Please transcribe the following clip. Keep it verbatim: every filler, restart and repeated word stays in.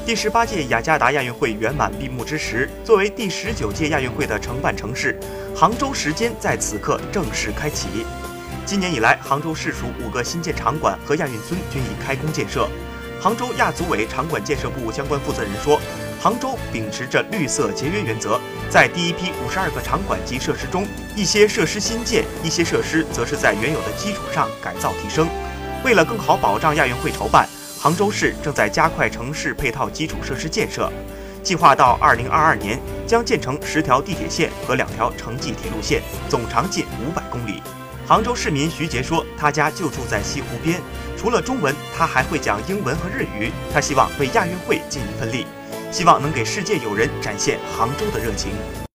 第十八届雅加达亚运会圆满闭幕之时，作为第十九届亚运会的承办城市，杭州时间在此刻正式开启。今年以来，杭州市属五个新建场馆和亚运村均已开工建设。杭州亚组委场馆建设部相关负责人说，杭州秉持着绿色节约原则，在第一批五十二个场馆及设施中，一些设施新建，一些设施则是在原有的基础上改造提升。为了更好保障亚运会筹办，杭州市正在加快城市配套基础设施建设，计划到二零二二年将建成十条地铁线和两条城际铁路线，总长近五百公里。杭州市民徐杰说，他家就住在西湖边，除了中文，他还会讲英文和日语。他希望为亚运会尽一份力，希望能给世界友人展现杭州的热情。